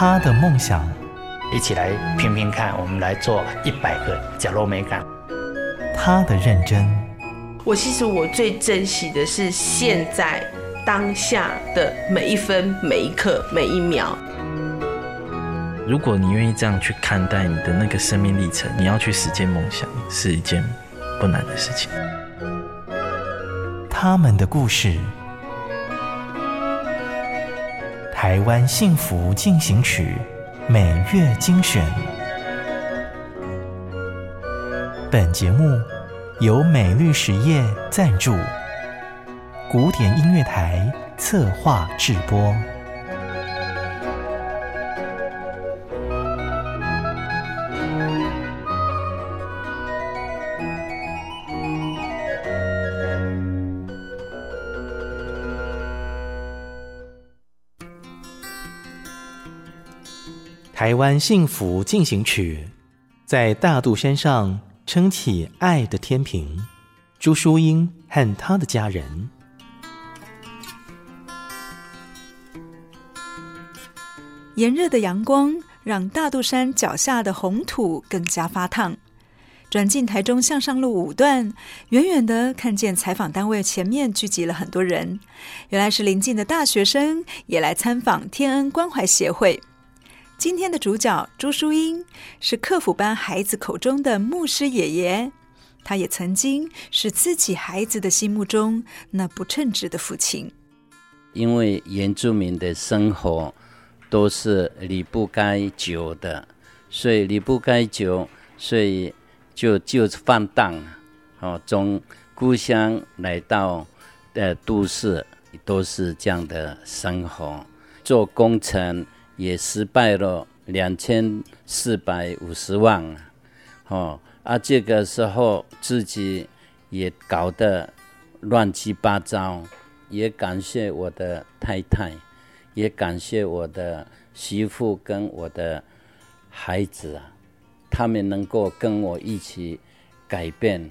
他的梦想， 一起来拼拼看，我们来做100个角落美感。 他的认真， 其实我最珍惜的是现在当下的每一分每一刻每一秒。 如果你愿意这样去看待你的那个生命历程，你要去实践梦想是一件不难的事情。 他们的故事，台湾幸福进行曲每月精选。本节目由美律实业赞助，古典音乐台策划制播。台湾幸福进行曲，在大肚山上撑起爱的天平。朱淑英和她的家人。 炎热的阳光让大肚山脚下的红土更加发烫。转进台中向上路5段，远远的看见采访单位前面聚集了很多人，原来是邻近的大学生也来参访天恩关怀协会。今天的主角朱淑英是客服班孩子口中的牧师爷爷，他也曾经是自己孩子的心目中那不称职的父亲。 因为原住民的生活都是离不开酒的，所以离不开酒，所以就放荡从故乡来到都市，都是这样的生活。做工程也失败了2450万这个时候自己也搞得乱七八糟，也感谢我的太太，也感谢我的媳妇跟我的孩子他们能够跟我一起改变。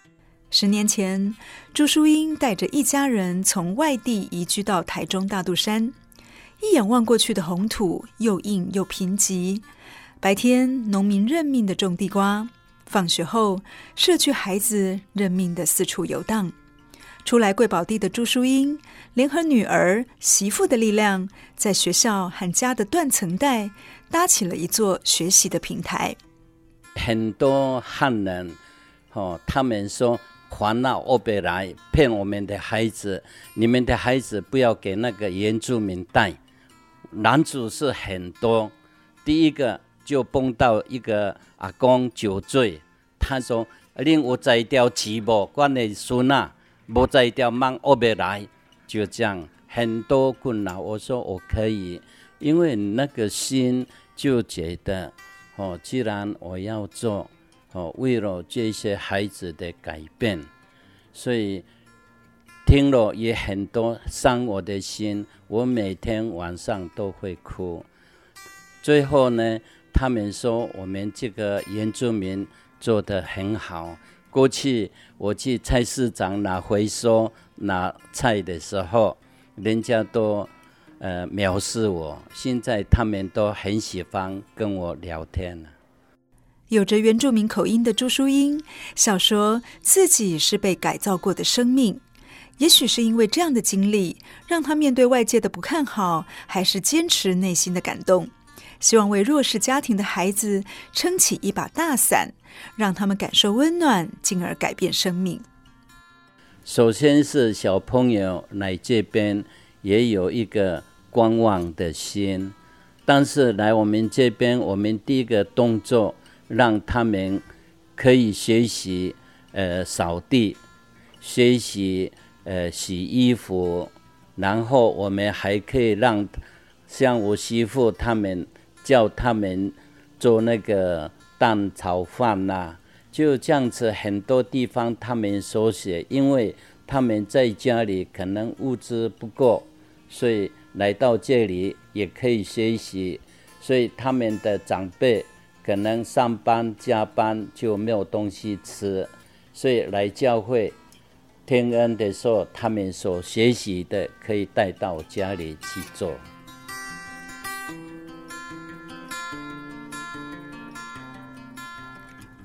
10年前，朱淑英带着一家人从外地移居到台中大肚山，一眼望过去的红土又硬又贫瘠，白天农民认命的种地瓜，放学后社区孩子认命的四处游荡。初来贵宝地的朱淑英联合女儿媳妇的力量，在学校和家的断层带搭起了一座学习的平台。 很多汉人他们说烦恼欧北来骗我们的孩子，你们的孩子不要给那个原住民带。男主是很多，第一个就碰到一个阿公酒醉，他说恁有在条钱无，阮的孙啊无在条忙欧北来，就这样很多困扰。我说我可以，因为那个心就觉得既然我要做为了这些孩子的改变，所以听了也很多伤我的心，我每天晚上都会哭。最后呢，他们说我们这个原住民做得很好。过去我去菜市场拿回收拿菜的时候，人家都藐视我，现在他们都很喜欢跟我聊天了。 有着原住民口音的朱淑英笑说自己是被改造过的生命，也许是因为这样的经历，让她面对外界的不看好，还是坚持内心的感动，希望为弱势家庭的孩子撑起一把大伞，让他们感受温暖，进而改变生命。 首先是小朋友来这边也有一个观望的心，但是来我们这边，我们第一个动作让他们可以学习扫地，学习洗衣服，然后我们还可以让像我媳妇他们叫他们做那个蛋炒饭就这样子。很多地方他们所写，因为他们在家里可能物资不够，所以来到这里也可以学习，所以他们的长辈可能上班加班就没有东西吃，所以来教会天恩的时候，他们所学习的可以带到家里去做。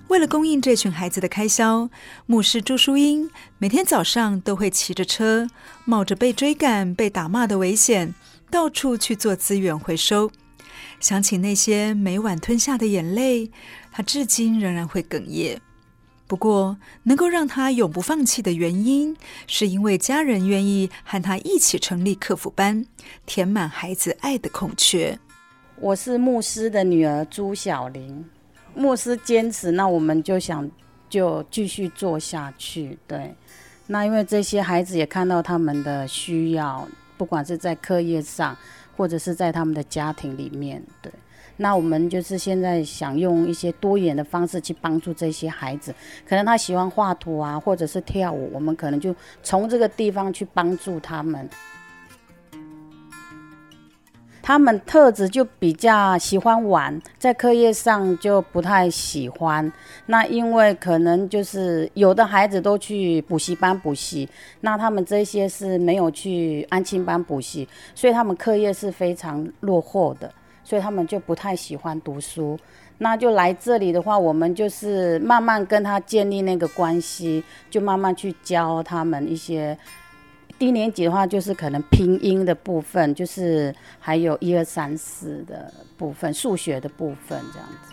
为了供应这群孩子的开销，牧师朱淑英每天早上都会骑着车，冒着被追赶、被打骂的危险，到处去做资源回收。想起那些每晚吞下的眼泪，他至今仍然会哽咽。不过，能够让他永不放弃的原因，是因为家人愿意和他一起成立客服班，填满孩子爱的空缺。 我是牧师的女儿朱小玲，牧师坚持，那我们就想就继续做下去。对，那因为这些孩子也看到他们的需要，不管是在课业上，或者是在他们的家庭里面，对。那我们就是现在想用一些多元的方式去帮助这些孩子，可能他喜欢画图啊，或者是跳舞，我们可能就从这个地方去帮助他们。他们特质就比较喜欢玩，在课业上就不太喜欢。那因为可能就是有的孩子都去补习班补习，那他们这些是没有去安亲班补习，所以他们课业是非常落后的。所以他们就不太喜欢读书，那就来这里的话，我们就是慢慢跟他建立那个关系，就慢慢去教他们一些。低年级的话，就是可能拼音的部分，就是还有1、2、3、4的部分，数学的部分这样子。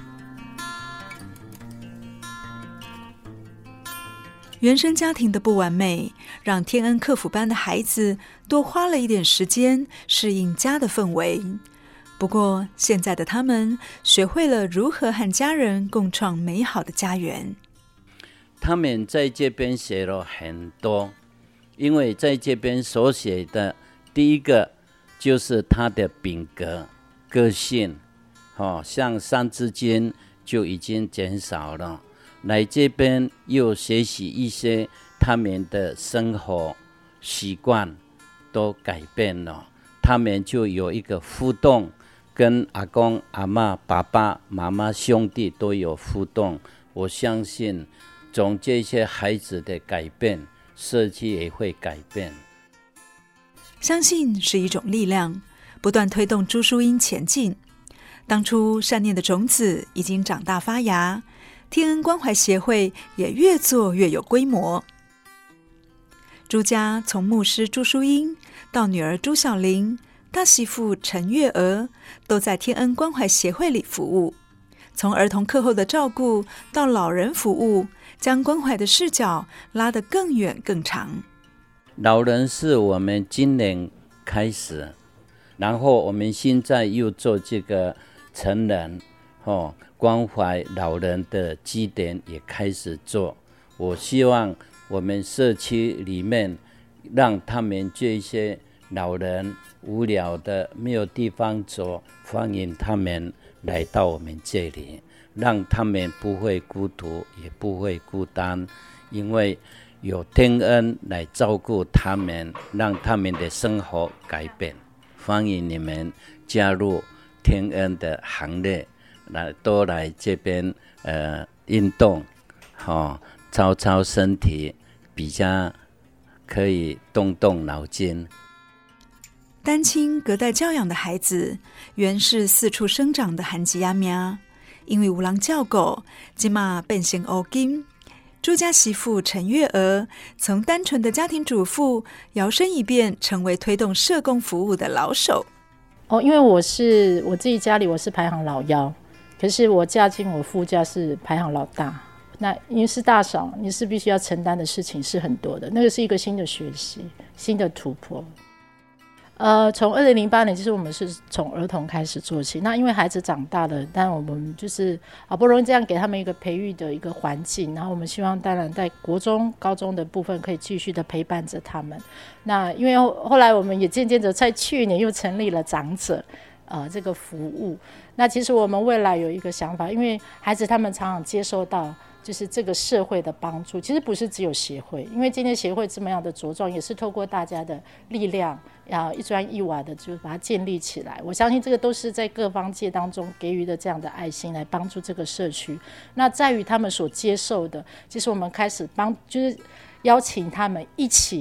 原生家庭的不完美，让天恩客服班的孩子多花了一点时间适应家的氛围。不过，现在的他们学会了如何和家人共创美好的家园。 他们在这边学了很多，因为在这边所学的，第一个就是他的品格、个性，像三字经就已经减少了。来这边又学习一些他们的生活习惯都改变了，他们就有一个互动。跟阿公、阿嬷、爸爸妈妈、兄弟都有互动，我相信从这些孩子的改变，社区也会改变。 相信是一种力量，不断推动朱淑英前进。当初善念的种子已经长大发芽，天恩关怀协会也越做越有规模。朱家从牧师朱淑英到女儿朱小玲，大媳妇陈月娥都在天恩关怀协会里服务，从儿童课后的照顾到老人服务，将关怀的视角拉得更远更长。 老人是我们今年开始，然后我们现在又做这个成人关怀老人的基点也开始做。我希望我们社区里面让他们这些老人无聊的没有地方走，欢迎他们来到我们这里，让他们不会孤独也不会孤单，因为有天恩来照顾他们，让他们的生活改变。欢迎你们加入天恩的行列，都来这边运动，操操身体，比较可以动动脑筋。 单亲隔代教养的孩子，原是四处生长的寒吉亚喵，因为有人照顾，现在变成乌金。朱家媳妇陈月娥从单纯的家庭主妇摇身一变，成为推动社工服务的老手。 因为我自己家里我是排行老幺，可是我嫁进我夫家是排行老大。那因为是大嫂，你是必须要承担的事情是很多的，那个是一个新的学习，新的突破。从2008年，其实我们是从儿童开始做起。那因为孩子长大了，但我们就是好不容易这样给他们一个培育的一个环境，然后我们希望当然在国中、高中的部分可以继续的陪伴着他们。那因为后来我们也渐渐的在去年又成立了长者这个服务。那其实我们未来有一个想法，因为孩子他们常常接受到就是这个社会的帮助，其实不是只有协会，因为今天协会这么样的茁壮，也是透过大家的力量，一砖一瓦的就把它建立起来。我相信这个都是在各方界当中给予的这样的爱心，来帮助这个社区。那在于他们所接受的，其实我们开始就是邀请他们一起，其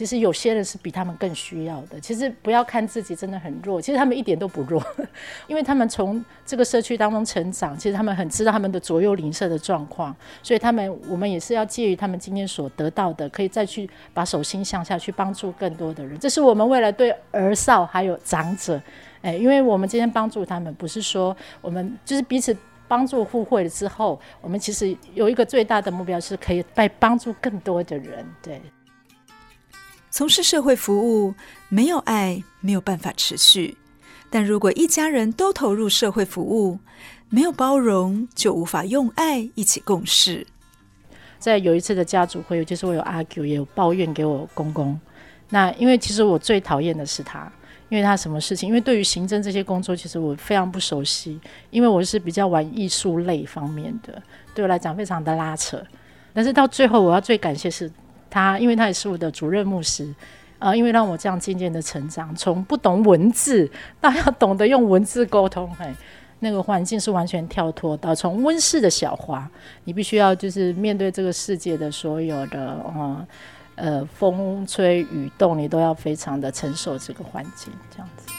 其实有些人是比他们更需要的。其实不要看自己真的很弱，其实他们一点都不弱，因为他们从这个社区当中成长，其实他们很知道他们的左右邻舍的状况，所以我们也是要介于他们今天所得到的，可以再去把手心向下去帮助更多的人。这是我们未来对儿少还有长者，因为我们今天帮助他们，不是说我们就是彼此帮助互惠了之后，我们其实有一个最大的目标是可以帮助更多的人。对， 从事社会服务，没有爱没有办法持续，但如果一家人都投入社会服务，没有包容就无法用爱一起共事。 在有一次的家族会议，就是我有 argue 也有抱怨给我公公，那因为其实我最讨厌的是他，因为他什么事情，因为对于行政这些工作其实我非常不熟悉，因为我是比较玩艺术类方面的，对我来讲非常的拉扯。但是到最后我要最感谢是他，因为他也是我的主任牧师，因为让我这样渐渐的成长，从不懂文字到要懂得用文字沟通，那个环境是完全跳脱到从温室的小花，你必须要就是面对这个世界的所有的风吹雨动，你都要非常的承受这个环境，这样子。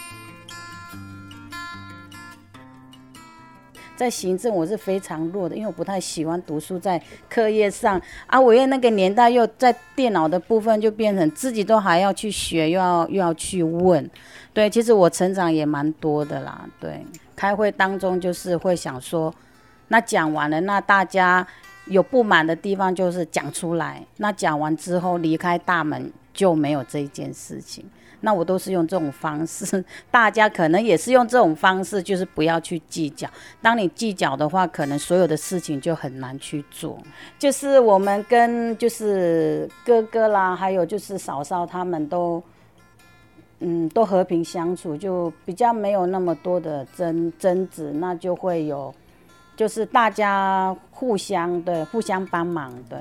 在行政我是非常弱的，因为我不太喜欢读书，在课业上啊，我因为那个年代又在电脑的部分就变成自己都还要去学，又要去问。对，其实我成长也蛮多的啦。对，开会当中就是会想说，那讲完了，那大家有不满的地方就是讲出来，那讲完之后离开大门就没有这一件事情。那我都是用这种方式，大家可能也是用这种方式，就是不要去计较。当你计较的话，可能所有的事情就很难去做。就是我们跟就是哥哥啦，还有就是嫂嫂他们都和平相处，就比较没有那么多的争执，那就会有就是大家互相帮忙。对。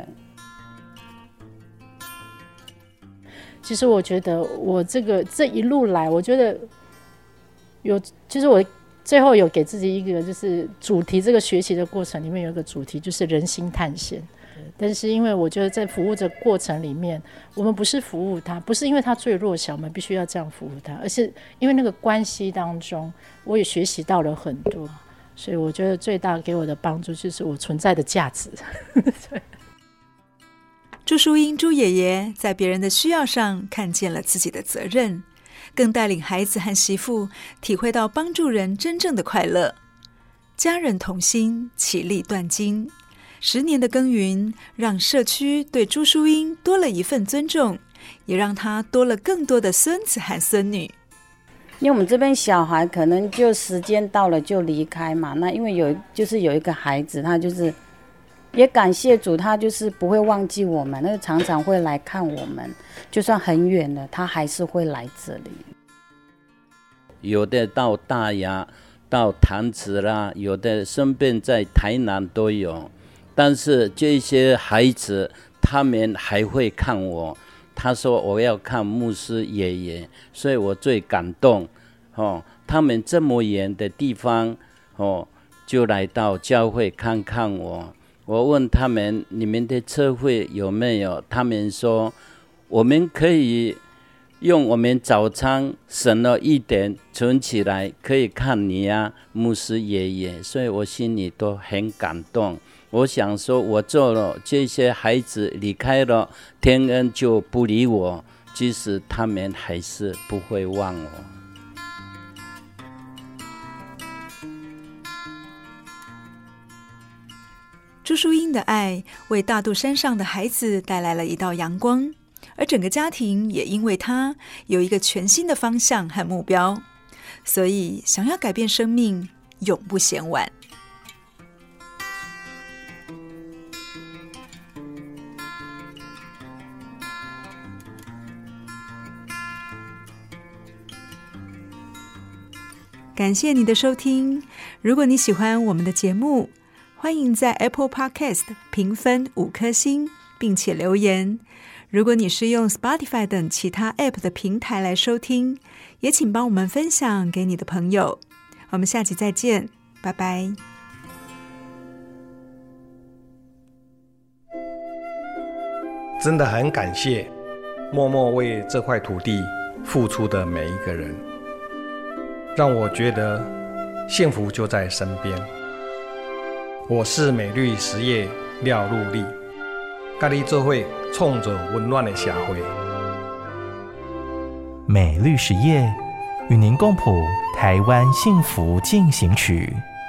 其实我觉得我这一路来，我觉得就是我最后有给自己一个就是主题，这个学习的过程里面有一个主题就是人心探险。但是因为我觉得在服务的过程里面，我们不是服务他，不是因为他最弱小我们必须要这样服务他，而是因为那个关系当中我也学习到了很多，所以我觉得最大给我的帮助就是我存在的价值。 朱淑英朱爷爷在别人的需要上看见了自己的责任，更带领孩子和媳妇体会到帮助人真正的快乐。家人同心，其利断金。10年的耕耘，让社区对朱淑英多了一份尊重，也让她多了更多的孙子和孙女。 因为我们这边小孩可能就时间到了就离开嘛，那因为有一个孩子，他就是也感谢主，他就是不会忘记我们，那常常会来看我们，就算很远了，他还是会来这里。 有的到大雅、到潭子啦，有的身边在台南都有。但是这些孩子，他们还会看我。他说我要看牧师爷爷，所以我最感动。他们这么远的地方，就来到教会看看我。我问他们，你们的车费有没有？他们说，我们可以用我们早餐省了一点存起来，可以看你啊，牧师爷爷。所以我心里都很感动。我想说，我做了，这些孩子离开了，天恩就不理我，即使他们还是不会忘我。 朱淑英的爱为大肚山上的孩子带来了一道阳光，而整个家庭也因为她有一个全新的方向和目标，所以想要改变生命，永不嫌晚。感谢你的收听，如果你喜欢我们的节目，欢迎在 Apple Podcast 评分5颗星，并且留言。如果你是用 Spotify 等其他 App 的平台来收听，也请帮我们分享给你的朋友。我们下期再见，拜拜。 真的很感谢默默为这块土地付出的每一个人，让我觉得幸福就在身边。我是美绿实业廖陆力，跟你做伙创造温暖的社会。 美绿实业与您共谱台湾幸福进行曲。